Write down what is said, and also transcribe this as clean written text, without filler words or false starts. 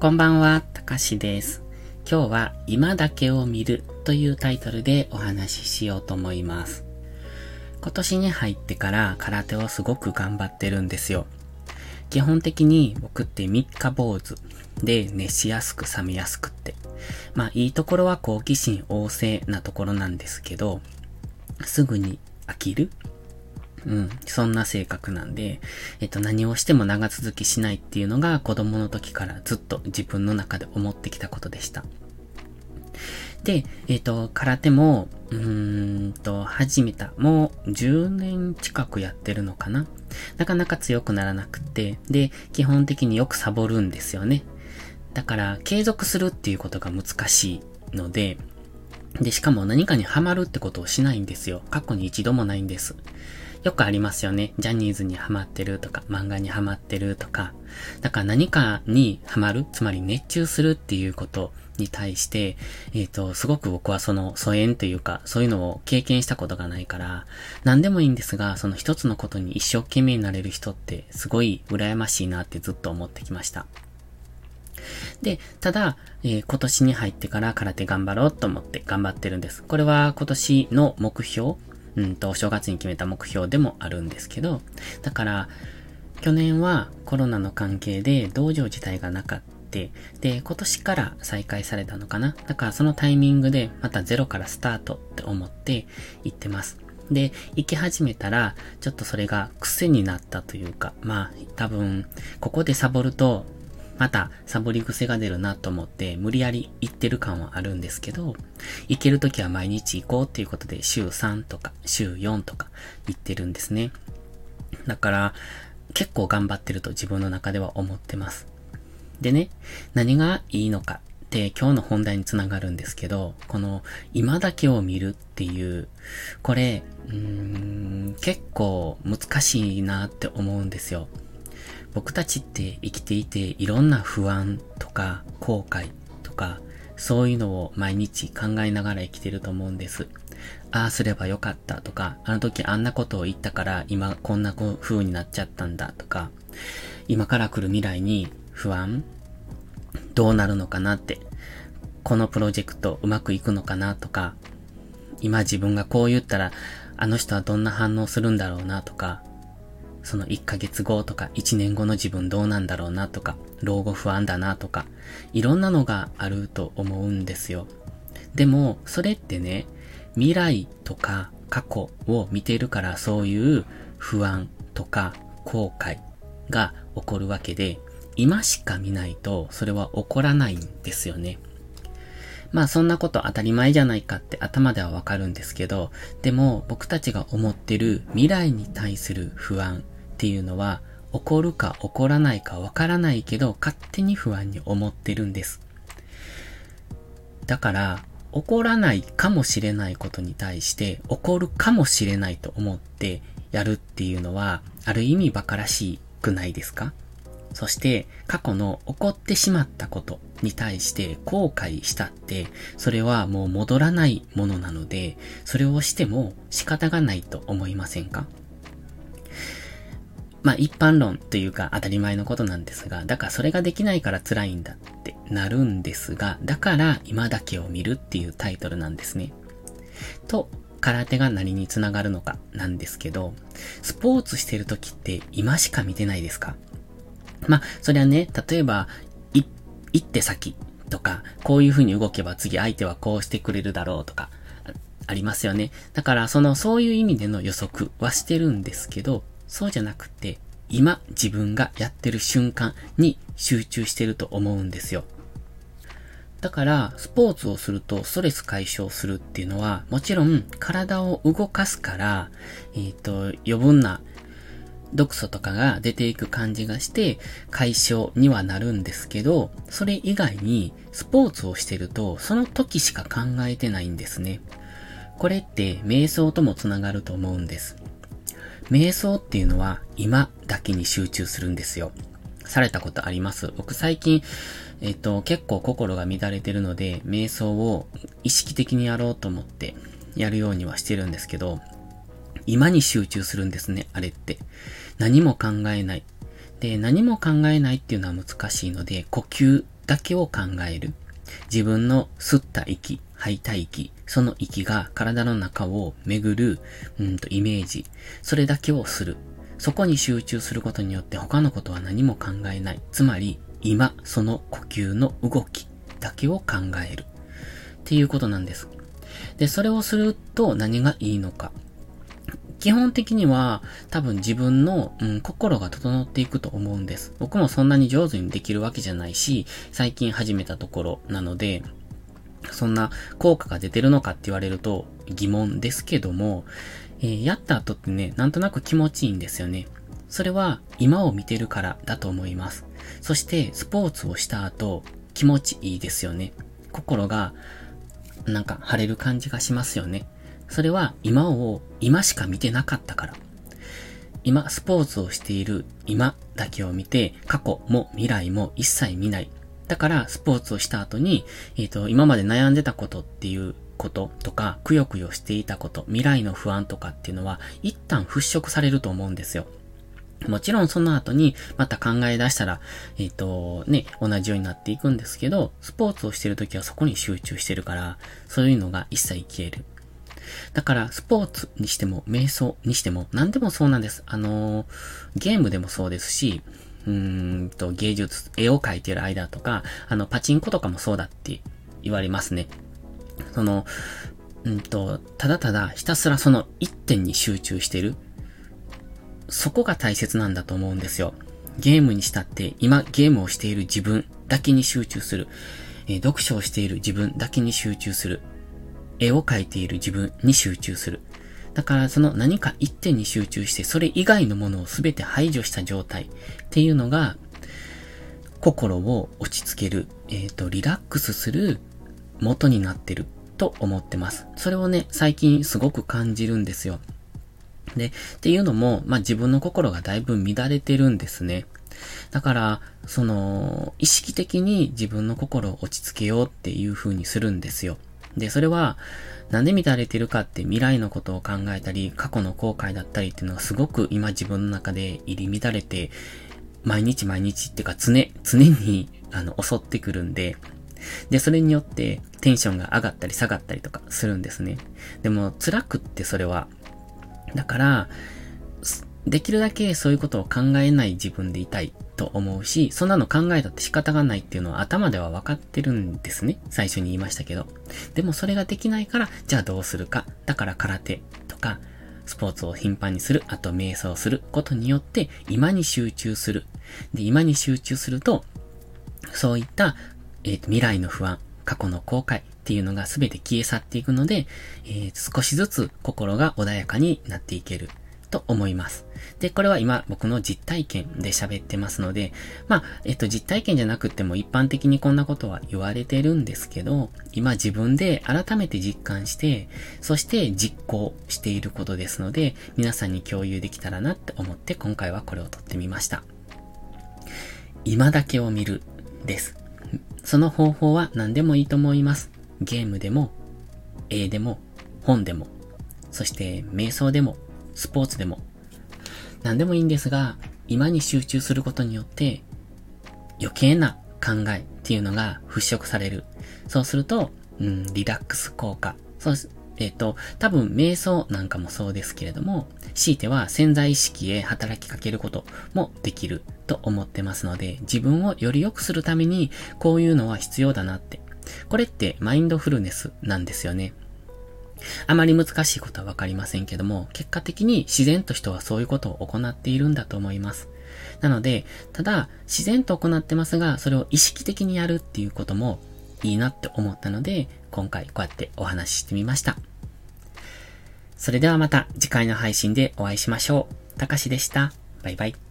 こんばんは、たかしです。今日は今だけを見るというタイトルでお話ししようと思います。今年に入ってから空手をすごく頑張ってるんですよ。基本的に僕って三日坊主で熱しやすく冷めやすくって。いいところは好奇心旺盛なところなんですけど、すぐに飽きるそんな性格なんで、何をしても長続きしないっていうのが子供の時からずっと自分の中で思ってきたことでした。で、空手も、始めた。もう10年近くやってるのかな。なかなか強くならなくて、で、基本的によくサボるんですよね。だから、継続するっていうことが難しいので、しかも何かにハマるってことをしないんですよ。過去に一度もないんです。よくありますよね。ジャニーズにハマってるとか、漫画にハマってるとか。だから何かにハマる、つまり熱中するっていうことに対して、すごく僕はその疎遠というか、そういうのを経験したことがないから、何でもいいんですが、その一つのことに一生懸命になれる人ってすごい羨ましいなってずっと思ってきました。で、ただ、今年に入ってから空手頑張ろうと思って頑張ってるんです。これは今年の目標お正月に決めた目標でもあるんですけど、だから、去年はコロナの関係で道場自体がなかった。で、今年から再開されたのかな。だからそのタイミングでまたゼロからスタートって思って行ってます。で、行き始めたら、ちょっとそれが癖になったというか、多分、ここでサボると、またサボり癖が出るなと思って無理やり行ってる感はあるんですけど、行けるときは毎日行こうっていうことで週3とか週4とか行ってるんですね。だから結構頑張ってると自分の中では思ってます。でね、何がいいのかって今日の本題につながるんですけど、この今だけを見るっていう、これ、結構難しいなって思うんですよ。僕たちって生きていていろんな不安とか後悔とかそういうのを毎日考えながら生きてると思うんです。ああすればよかったとか、あの時あんなことを言ったから今こんな風になっちゃったんだとか、今から来る未来に不安どうなるのかなって、このプロジェクトうまくいくのかなとか、今自分がこう言ったらあの人はどんな反応するんだろうなとか、その1ヶ月後とか1年後の自分どうなんだろうなとか、老後不安だなとか、いろんなのがあると思うんですよ。でも、それってね、未来とか過去を見てるからそういう不安とか後悔が起こるわけで、今しか見ないとそれは起こらないんですよね。そんなこと当たり前じゃないかって頭ではわかるんですけど、でも僕たちが思ってる未来に対する不安っていうのは起こるか起こらないかわからないけど勝手に不安に思ってるんです。だから起こらないかもしれないことに対して起こるかもしれないと思ってやるっていうのはある意味馬鹿らしくないですか？そして過去の起こってしまったことに対して後悔したってそれはもう戻らないものなので、それをしても仕方がないと思いませんか？一般論というか当たり前のことなんですが、だからそれができないから辛いんだってなるんですが、だから今だけを見るっていうタイトルなんですね。と、空手が何につながるのかなんですけど、スポーツしてる時って今しか見てないですか？それはね、例えば、一手先とか、こういう風に動けば次相手はこうしてくれるだろうとか、ありますよね。だからそういう意味での予測はしてるんですけど、そうじゃなくて、今自分がやってる瞬間に集中してると思うんですよ。だから、スポーツをするとストレス解消するっていうのは、もちろん体を動かすから、余分な毒素とかが出ていく感じがして解消にはなるんですけど、それ以外にスポーツをしてるとその時しか考えてないんですね。これって瞑想ともつながると思うんです。瞑想っていうのは今だけに集中するんですよ。されたことあります？僕最近、結構心が乱れてるので、瞑想を意識的にやろうと思ってやるようにはしてるんですけど、今に集中するんですね、あれって。何も考えない。で、何も考えないっていうのは難しいので、呼吸だけを考える。自分の吸った息、吐いた息、その息が体の中を巡る、イメージ。それだけをする。そこに集中することによって他のことは何も考えない。つまり、今、その呼吸の動きだけを考える。っていうことなんです。で、それをすると何がいいのか。基本的には多分自分の、心が整っていくと思うんです。僕もそんなに上手にできるわけじゃないし、最近始めたところなので、そんな効果が出てるのかって言われると疑問ですけども、やった後ってね、なんとなく気持ちいいんですよね。それは今を見てるからだと思います。そしてスポーツをした後、気持ちいいですよね。心がなんか晴れる感じがしますよね。それは今しか見てなかったから。今スポーツをしている今だけを見て、過去も未来も一切見ない。だからスポーツをした後に、今まで悩んでたことっていうこととか、くよくよしていたこと、未来の不安とかっていうのは一旦払拭されると思うんですよ。もちろんその後にまた考え出したら、同じようになっていくんですけど、スポーツをしているときはそこに集中してるから、そういうのが一切消える。だから、スポーツにしても、瞑想にしても、何でもそうなんです。ゲームでもそうですし、芸術、絵を描いてる間とか、パチンコとかもそうだって言われますね。ただただひたすらその一点に集中してる。そこが大切なんだと思うんですよ。ゲームにしたって、今ゲームをしている自分だけに集中する。読書をしている自分だけに集中する。絵を描いている自分に集中する。だからその何か一点に集中して、それ以外のものをすべて排除した状態っていうのが、心を落ち着ける、リラックスする元になってると思ってます。それをね、最近すごく感じるんですよ。で、っていうのも、自分の心がだいぶ乱れてるんですね。だから、意識的に自分の心を落ち着けようっていう風にするんですよ。で、それは、なんで乱れてるかって未来のことを考えたり、過去の後悔だったりっていうのがすごく今自分の中で入り乱れて、毎日っていうか常に襲ってくるんで、で、それによってテンションが上がったり下がったりとかするんですね。でも辛くってそれは。だから、できるだけそういうことを考えない自分でいたいと思うし、そんなの考えたって仕方がないっていうのは頭では分かってるんですね。最初に言いましたけど。でもそれができないから、じゃあどうするか。だから空手とか、スポーツを頻繁にする、あと瞑想することによって、今に集中する。で、今に集中すると、そういった、未来の不安、過去の後悔っていうのが全て消え去っていくので、少しずつ心が穏やかになっていけると思います。で、これは今僕の実体験で喋ってますので、実体験じゃなくても一般的にこんなことは言われてるんですけど、今自分で改めて実感して、そして実行していることですので、皆さんに共有できたらなって思って今回はこれを撮ってみました。今だけを見るです。その方法は何でもいいと思います。ゲームでも、絵でも、本でも、そして瞑想でも、スポーツでも、何でもいいんですが、今に集中することによって、余計な考えっていうのが払拭される。そうすると、リラックス効果。多分瞑想なんかもそうですけれども、強いては潜在意識へ働きかけることもできると思ってますので、自分をより良くするためにこういうのは必要だなって。これってマインドフルネスなんですよね。あまり難しいことはわかりませんけども、結果的に自然と人はそういうことを行っているんだと思います。なので、ただ自然と行ってますが、それを意識的にやるっていうこともいいなって思ったので、今回こうやってお話ししてみました。それではまた次回の配信でお会いしましょう。たかしでした。バイバイ。